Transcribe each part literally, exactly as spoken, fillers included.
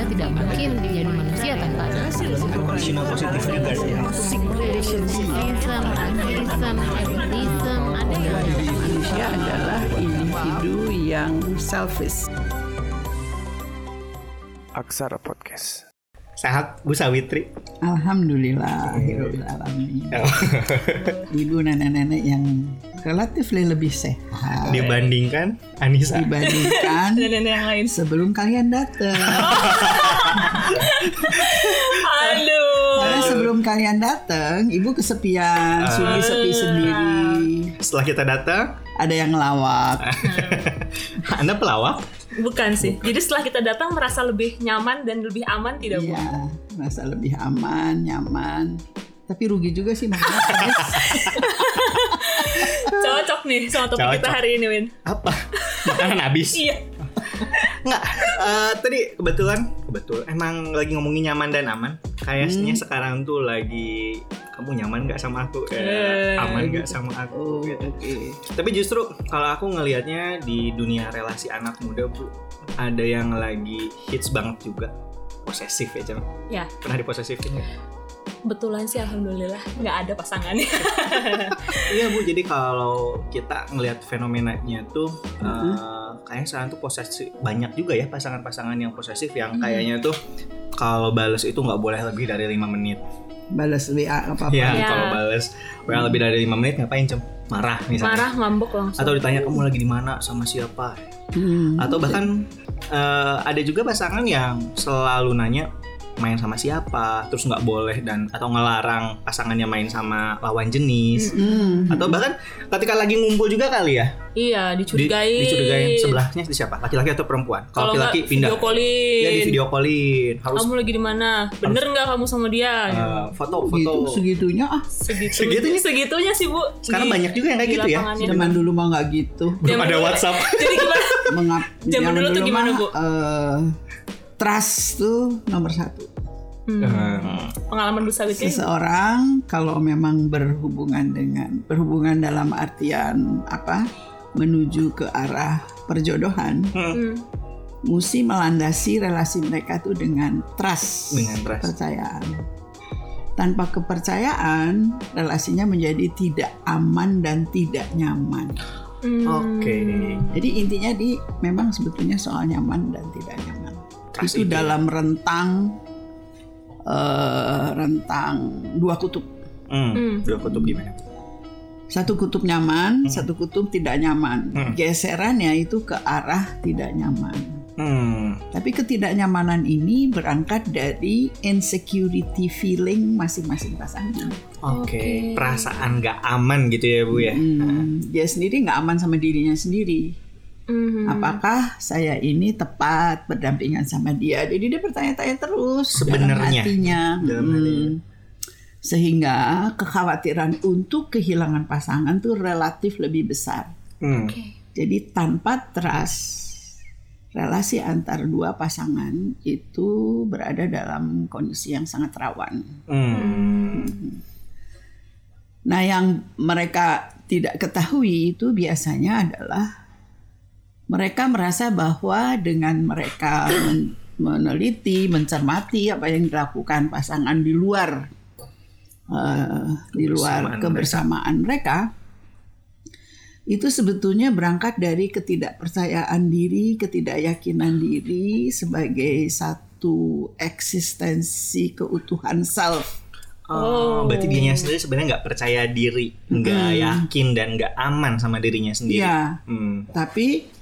manusia tidak mungkin jadi manusia tanpa ada rasisme. Emotional positif juga sih. Racism, atheism, atheism, ada yang manusia adalah individu yang selfish. Aksara Podcast. Sehat Bu Sawitri? Alhamdulillah, alamin. Ibu nenek-nenek yang relatif lebih sehat dibandingkan Anissa. Dibandingkan nenek yang lain sebelum kalian datang. Aduh. Karena sebelum kalian datang, Ibu kesepian, uh, Sudi sepi sendiri. Setelah kita datang, ada yang ngelawak. Anda pelawak? Bukan sih. Jadi setelah kita datang merasa lebih nyaman dan lebih aman tidak Bu? Iya, merasa lebih aman, nyaman. Tapi rugi juga sih makanya. Cocok nih sama topik kita hari ini, Win. Apa? Makanan habis? Iya. Nggak, uh, tadi kebetulan kebetulan emang lagi ngomongin nyaman dan aman. Kayaknya hmm. sekarang tuh lagi kamu nyaman nggak sama aku, eh, aman nggak sama aku. Oh, gitu. Okay. Tapi justru kalau aku ngelihatnya di dunia relasi anak muda Bu, ada yang lagi hits banget juga, posesif ya Cem. Ya. Pernah diposesifin nggak? Betulan sih alhamdulillah nggak ada pasangannya. Iya Bu, jadi kalau kita ngelihat fenomenanya tuh mm-hmm. uh, kayaknya sekarang tuh posesif banyak juga ya pasangan-pasangan yang posesif yang mm-hmm. kayaknya tuh kalau balas itu nggak boleh lebih dari lima menit. Balas W A apa-apa. Ya, ya. Kalau balas W A hmm. lebih dari lima menit ngapain Cem? Marah misalnya. Marah, ngambek langsung. Atau ditanya kamu lagi di mana sama siapa? Hmm. Atau bahkan uh, ada juga pasangan yang selalu nanya main sama siapa, terus nggak boleh dan atau ngelarang pasangannya main sama lawan jenis, mm-hmm. atau bahkan ketika lagi ngumpul juga kali ya, iya dicurigai, di, dicurigai sebelahnya di siapa, laki-laki atau perempuan? Kalau laki-laki pindah, video callin, ya di video callin, harus kamu lagi di mana, bener nggak kamu sama dia? Uh, foto-foto, gitu, segitunya ah, Segitu, segitunya, segitunya sih Bu. Sekarang di, banyak juga yang kayak gitu ya. Zaman dulu mah nggak gitu, belum ada WhatsApp. Jadi gimana? Mengap, zaman dulu tuh gimana Bu? Uh, trust tuh nomor satu. Hmm. Hmm. Pengalaman Bu Sawitri. Seseorang kalau memang berhubungan dengan berhubungan dalam artian apa menuju ke arah perjodohan, hmm. mesti melandasi relasi mereka tuh dengan trust, dengan trust, kepercayaan. Tanpa kepercayaan, relasinya menjadi tidak aman dan tidak nyaman. Hmm. Oke. Okay. Jadi intinya di memang sebetulnya soal nyaman dan tidak nyaman. Trust itu, itu dalam ya. rentang Uh, rentang dua kutub. Hmm, hmm. Dua kutub gimana? Satu kutub nyaman, hmm. satu kutub tidak nyaman. Hmm. Geserannya itu ke arah tidak nyaman. Hmm. Tapi ketidaknyamanan ini berangkat dari insecurity feeling masing-masing pasangan. Oke, okay. Perasaan nggak aman gitu ya Bu ya? Hmm. Dia sendiri nggak aman sama dirinya sendiri. Mm-hmm. Apakah saya ini tepat berdampingan sama dia? Jadi dia bertanya-tanya terus sebenarnya dalam hatinya, dalam hmm. hatinya. Sehingga kekhawatiran untuk kehilangan pasangan tuh relatif lebih besar. Mm. Okay. Jadi tanpa trust, relasi antar dua pasangan itu berada dalam kondisi yang sangat rawan. Mm. Hmm. Nah, yang mereka tidak ketahui itu biasanya adalah mereka merasa bahwa dengan mereka men- meneliti, mencermati apa yang dilakukan pasangan di luar uh, di luar kebersamaan mereka, itu sebetulnya berangkat dari ketidakpercayaan diri, ketidakyakinan diri sebagai satu eksistensi keutuhan self. Oh, berarti dirinya sendiri sebenarnya nggak percaya diri, nggak hmm. yakin dan nggak aman sama dirinya sendiri. Ya, hmm. tapi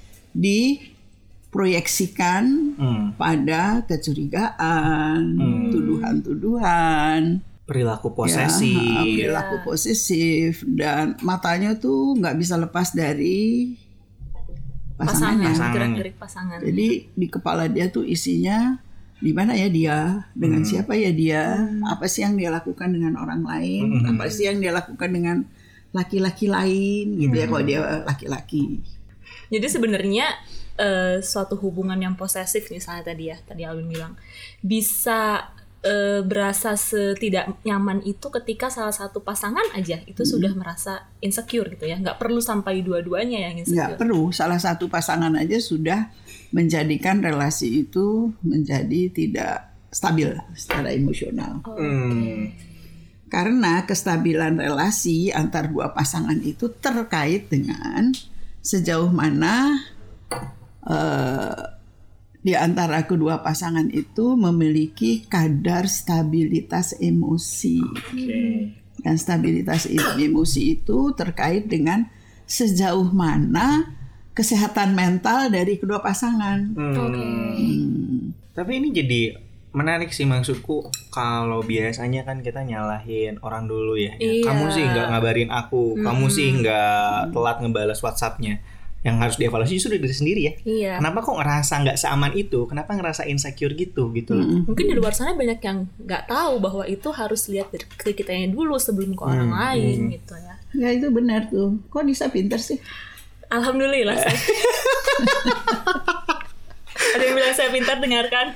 diproyeksikan hmm. pada kecurigaan, hmm. tuduhan-tuduhan, perilaku posesif, ya, perilaku yeah. posesif, dan matanya tuh nggak bisa lepas dari pasangannya. Pasangan, gerak-gerik pasangan. Jadi di kepala dia tuh isinya di mana ya dia, dengan hmm. siapa ya dia, hmm. apa sih yang dia lakukan dengan orang lain, hmm. apa sih yang dia lakukan dengan laki-laki lain, gitu hmm. ya kalau dia laki-laki. Jadi sebenarnya uh, suatu hubungan yang posesif misalnya tadi ya, tadi Alwin bilang bisa uh, berasa setidak nyaman itu ketika salah satu pasangan aja itu hmm. sudah merasa insecure gitu ya, nggak perlu sampai dua-duanya yang insecure. Nggak perlu, salah satu pasangan aja sudah menjadikan relasi itu menjadi tidak stabil secara emosional. Hmm. Karena kestabilan relasi antar dua pasangan itu terkait dengan sejauh mana uh, di antara kedua pasangan itu memiliki kadar stabilitas emosi. Okay. Dan stabilitas emosi itu terkait dengan sejauh mana kesehatan mental dari kedua pasangan. Hmm. Hmm. Tapi ini jadi menarik sih, maksudku kalau biasanya kan kita nyalahin orang dulu ya, ya Iya. kamu sih nggak ngabarin aku, Hmm. kamu sih nggak telat ngebalas WhatsAppnya. Yang harus dievaluasi justru dari diri sendiri ya. Iya. Kenapa kok ngerasa nggak seaman itu? Kenapa ngerasa insecure gitu gitu? Hmm. Mungkin di luar sana banyak yang nggak tahu bahwa itu harus lihat dari ke kitanya dulu sebelum ke orang Hmm, lain hmm. gitu ya. Ya itu benar tuh. Kok Nisa pinter sih? Alhamdulillah saya. Ada yang bilang saya pintar, dengarkan.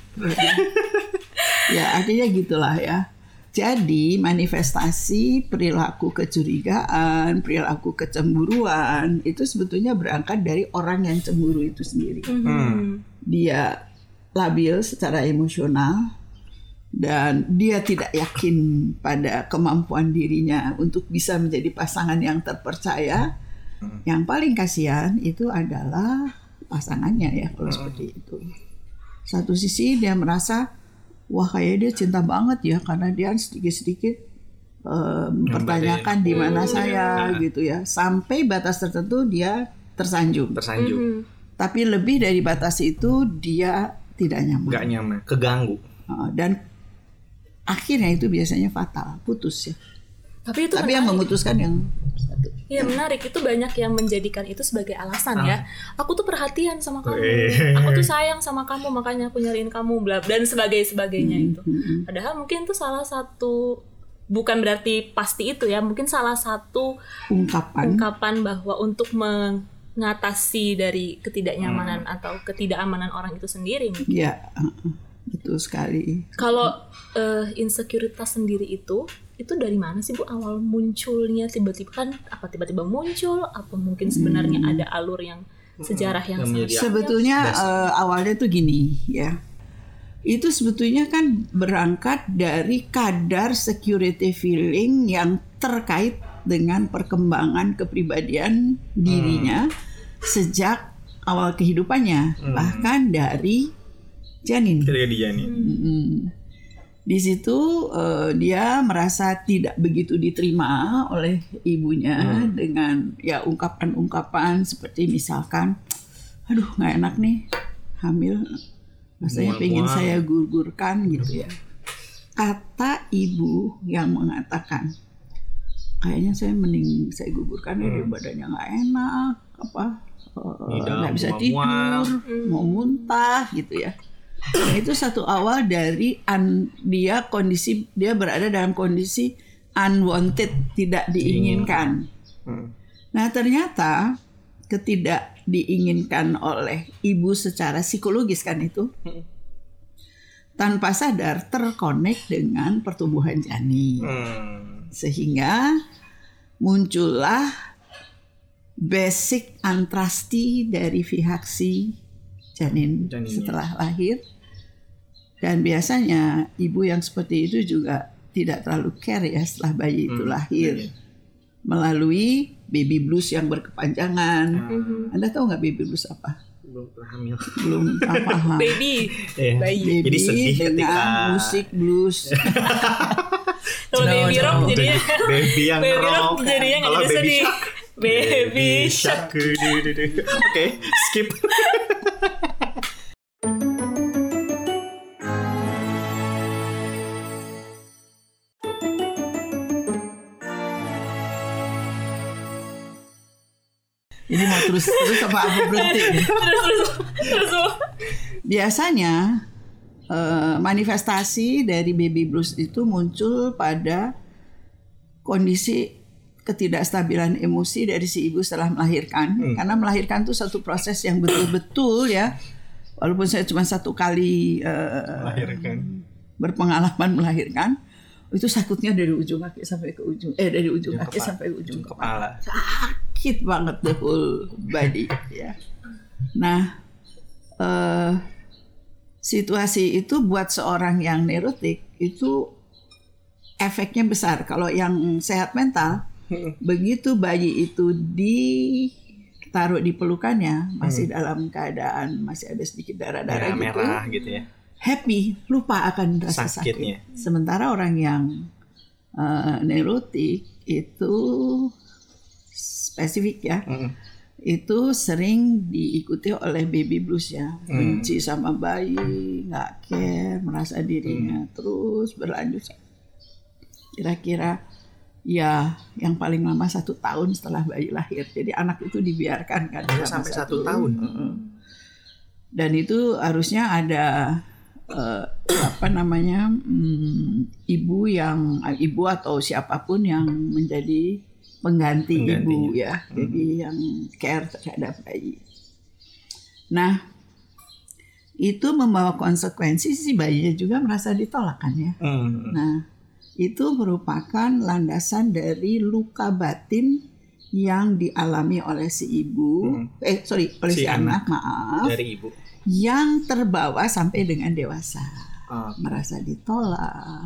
Ya artinya gitulah ya. Jadi manifestasi perilaku kecurigaan, perilaku kecemburuan itu sebetulnya berangkat dari orang yang cemburu itu sendiri. Hmm. Dia labil secara emosional dan dia tidak yakin pada kemampuan dirinya untuk bisa menjadi pasangan yang terpercaya. Yang paling kasihan itu adalah pasangannya ya kalau seperti itu. Satu sisi dia merasa wah kayaknya dia cinta banget ya karena dia sedikit-sedikit uh, mempertanyakan di mana saya gitu ya. Sampai batas tertentu dia tersanjung. Tersanjung. Mhm. Tapi lebih dari batas itu dia tidak nyaman. Nggak nyaman, keganggu. Uh, dan akhirnya itu biasanya fatal, putus ya. Tapi itu Tapi yang menarik. memutuskan yang satu. Iya menarik, itu banyak yang menjadikan itu sebagai alasan ya. Aku tuh perhatian sama kamu, Weh. aku tuh sayang sama kamu, makanya aku nyariin kamu, bla dan sebagainya sebagainya itu. Padahal mungkin itu salah satu, bukan berarti pasti itu ya, mungkin salah satu Ungkapan. ungkapan bahwa untuk mengatasi dari ketidaknyamanan atau ketidakamanan orang itu sendiri. mungkin. Ya, uh, uh, betul sekali. Kalau uh, insekuritas sendiri itu, itu dari mana sih Bu awal munculnya, tiba-tiba kan apa tiba-tiba muncul, apa mungkin sebenarnya ada alur yang sejarah yang Yang sangat menjadi- Sebetulnya dasar. uh, awalnya tuh gini ya. Itu sebetulnya kan berangkat dari kadar security feeling yang terkait dengan perkembangan kepribadian dirinya sejak awal kehidupannya, bahkan dari janin. Ketika dijani. Mm. Di situ uh, dia merasa tidak begitu diterima oleh ibunya Hmm. dengan ya ungkapan-ungkapan seperti misalkan, aduh nggak enak nih hamil, rasanya Mual-mual. pengen saya gugurkan gitu ya. Kata ibu yang mengatakan, kayaknya saya mending saya gugurkan ya, Hmm. badannya nggak enak, apa uh, Ngidam, nggak bisa mual-mual. tidur, mau muntah gitu ya. Nah, itu satu awal dari un, dia kondisi dia berada dalam kondisi unwanted, tidak diinginkan. Hmm. Nah ternyata ketidak diinginkan oleh ibu secara psikologis kan itu tanpa sadar terkonek dengan pertumbuhan janin, Hmm. sehingga muncullah basic untrusty dari pihak si janin Janinnya. setelah lahir. Dan biasanya ibu yang seperti itu juga tidak terlalu care ya setelah bayi itu Hmm. lahir, Iya. melalui baby blues yang berkepanjangan. Mhm. Anda tahu nggak baby blues apa? Belum pernah hamil. Belum paham. baby, Iya. bayi. Baby Jadi sedih dengan ketika- musik blues. Kalau baby rock jadinya Baby yang baby rock rock. jadinya nggak Kalau jadi baby sedih. shark. Baby shark. shark. Oke, skip. Ini mau terus terus apa apa berhenti? nih? Terus terus terus. Bu. Biasanya eh, manifestasi dari baby blues itu muncul pada kondisi ketidakstabilan emosi dari si ibu setelah melahirkan. Hmm. Karena melahirkan itu satu proses yang betul-betul ya. Walaupun saya cuma satu kali eh, Melahirkan. berpengalaman melahirkan, itu sakitnya dari ujung kaki sampai ke ujung eh dari ujung, Ujung kaki kepala. sampai ujung Ujung kepala. kepala. Sakit banget the whole body ya. Nah, uh, situasi itu buat seorang yang neurotik itu efeknya besar. Kalau yang sehat mental, begitu bayi itu ditaruh di pelukannya masih hmm. dalam keadaan masih ada sedikit darah-darah gitu, merah gitu ya, happy, lupa akan rasa sakitnya. Sakit. Sementara orang yang uh, neurotik itu spesifik ya. Hmm. Itu sering diikuti oleh baby blues ya, hmm. benci sama bayi, nggak care, merasa dirinya hmm. terus berlanjut. Kira-kira ya yang paling lama satu tahun setelah bayi lahir. Jadi anak itu dibiarkan kan ya, sampai satu, satu tahun. Dan itu harusnya ada uh, apa namanya um, ibu yang ibu atau siapapun yang menjadi pengganti ibu ya, hmm. jadi yang care terhadap bayi. Nah, itu membawa konsekuensi si bayinya juga merasa ditolak kan ya. Hmm. Nah, itu merupakan landasan dari luka batin yang dialami oleh si ibu, hmm. eh sorry oleh si, si anak, anak maaf, dari ibu, yang terbawa sampai dengan dewasa, oh. merasa ditolak,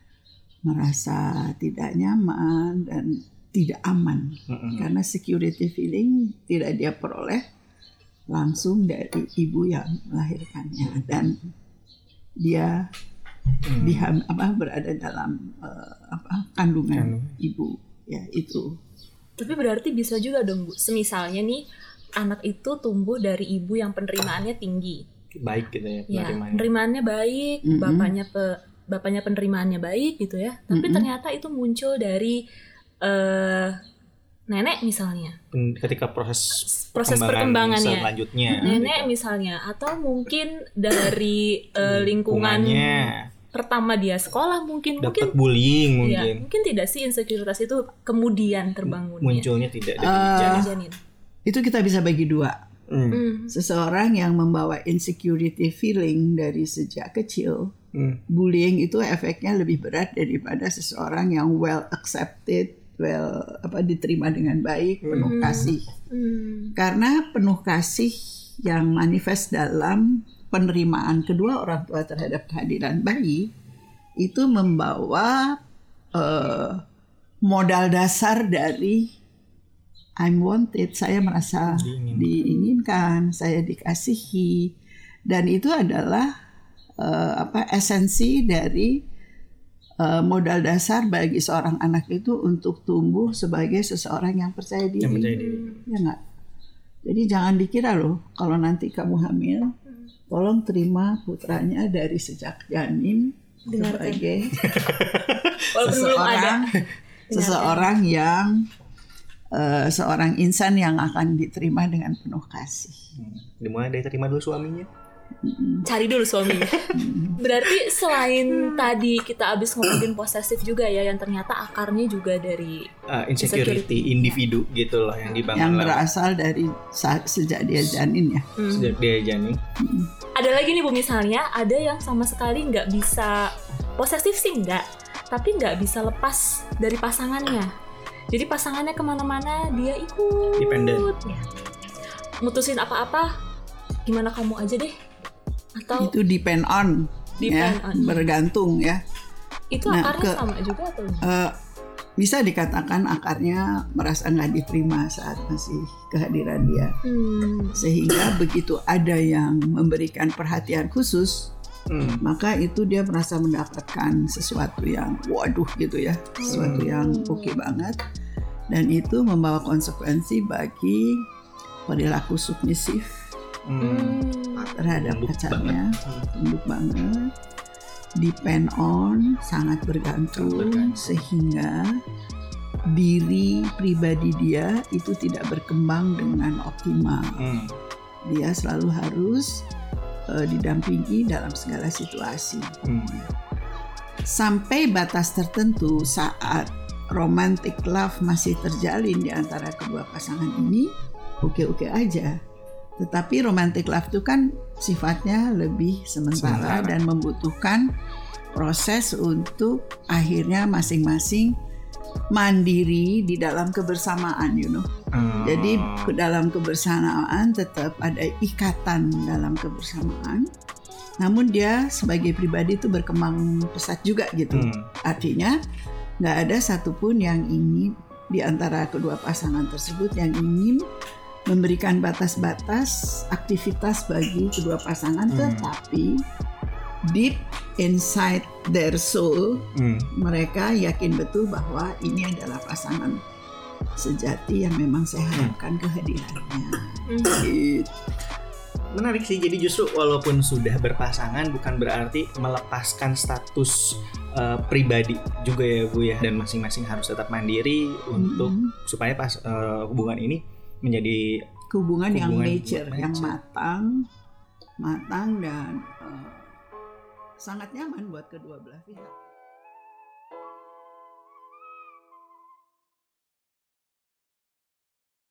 merasa tidak nyaman dan tidak aman, mm-hmm. karena security feeling tidak dia peroleh langsung dari ibu yang melahirkannya dan dia mm. diham, apa, berada dalam uh, apa, kandungan mm. ibu ya itu. Tapi berarti bisa juga dong Bu, semisalnya nih anak itu tumbuh dari ibu yang penerimaannya tinggi, baik gitu ya, ya penerimaannya baik, mm-hmm. bapaknya pe, bapaknya penerimaannya baik gitu ya, tapi mm-hmm. ternyata itu muncul dari Uh, nenek misalnya ketika proses proses perkembangannya selanjutnya nenek gitu. Misalnya atau mungkin dari uh, lingkungan pertama dia sekolah mungkin dapat bullying mungkin ya, mungkin tidak sih insekuritas itu kemudian terbangun munculnya tidak uh, janin. Itu kita bisa bagi dua. hmm. Seseorang yang membawa insecurity feeling dari sejak kecil, hmm. bullying itu efeknya lebih berat daripada seseorang yang well accepted, well apa diterima dengan baik, penuh kasih. Hmm. Karena penuh kasih yang manifest dalam penerimaan kedua orang tua terhadap kehadiran bayi itu membawa uh, modal dasar dari I'm wanted, saya merasa diinginkan, diinginkan saya dikasihi, dan itu adalah uh, apa esensi dari Uh, modal dasar bagi seorang anak itu untuk tumbuh sebagai seseorang yang percaya diri. Yang percaya diri. Ya enggak? Jadi jangan dikira loh kalau nanti kamu hamil, tolong terima putranya dari sejak janin sebagai seseorang seseorang yang uh, seorang insan yang akan diterima dengan penuh kasih. Dimulai dari terima dulu suaminya. Cari dulu suaminya. Berarti selain tadi kita abis ngomongin posesif juga ya, yang ternyata akarnya juga dari uh, insecurity, insecurity individu ya. Gitu loh yang dibangun. Yang berasal dari saat, sejak dia janin ya. Hmm. Sejak dia janin. Hmm. Ada lagi nih Bu, misalnya ada yang sama sekali nggak bisa posesif sih nggak, tapi nggak bisa lepas dari pasangannya. Jadi pasangannya kemana-mana dia ikut. Dependent. Ya. Mutusin apa-apa, gimana kamu aja deh. Atau itu depend on, depend ya, on. bergantung ya. Itu nah, akarnya ke, sama juga atau? Uh, bisa dikatakan akarnya merasa nggak diterima saat masih kehadiran dia, hmm. sehingga begitu ada yang memberikan perhatian khusus, hmm. maka itu dia merasa mendapatkan sesuatu yang waduh gitu ya, sesuatu hmm. yang oke okay banget, dan itu membawa konsekuensi bagi perilaku submisif. Hmm. terhadap pacarnya, tunduk banget, depend on, sangat bergantung, bergantung, sehingga diri pribadi dia itu tidak berkembang dengan optimal. Hmm. Dia selalu harus uh, didampingi dalam segala situasi. Hmm. Sampai batas tertentu saat romantic love masih terjalin di antara kedua pasangan ini, oke-oke aja. Tetapi romantic love itu kan sifatnya lebih sementara, sementara dan membutuhkan proses untuk akhirnya masing-masing mandiri di dalam kebersamaan, you know. Oh. Jadi ke dalam kebersamaan tetap ada ikatan dalam kebersamaan. Namun dia sebagai pribadi itu berkembang pesat juga gitu. Hmm. Artinya nggak ada satupun yang ingin di antara kedua pasangan tersebut yang ingin memberikan batas-batas aktivitas bagi kedua pasangan, Hmm. tetapi deep inside their soul Hmm. mereka yakin betul bahwa ini adalah pasangan sejati yang memang saya harapkan kehadirannya. Gitu. Menarik sih, jadi justru walaupun sudah berpasangan bukan berarti melepaskan status uh, pribadi juga ya Bu ya, dan masing-masing harus tetap mandiri untuk Mhm. supaya pas uh, hubungan ini menjadi Hubungan, yang Hubungan mature, yang mature. matang, matang dan uh, sangat nyaman buat kedua belah pihak.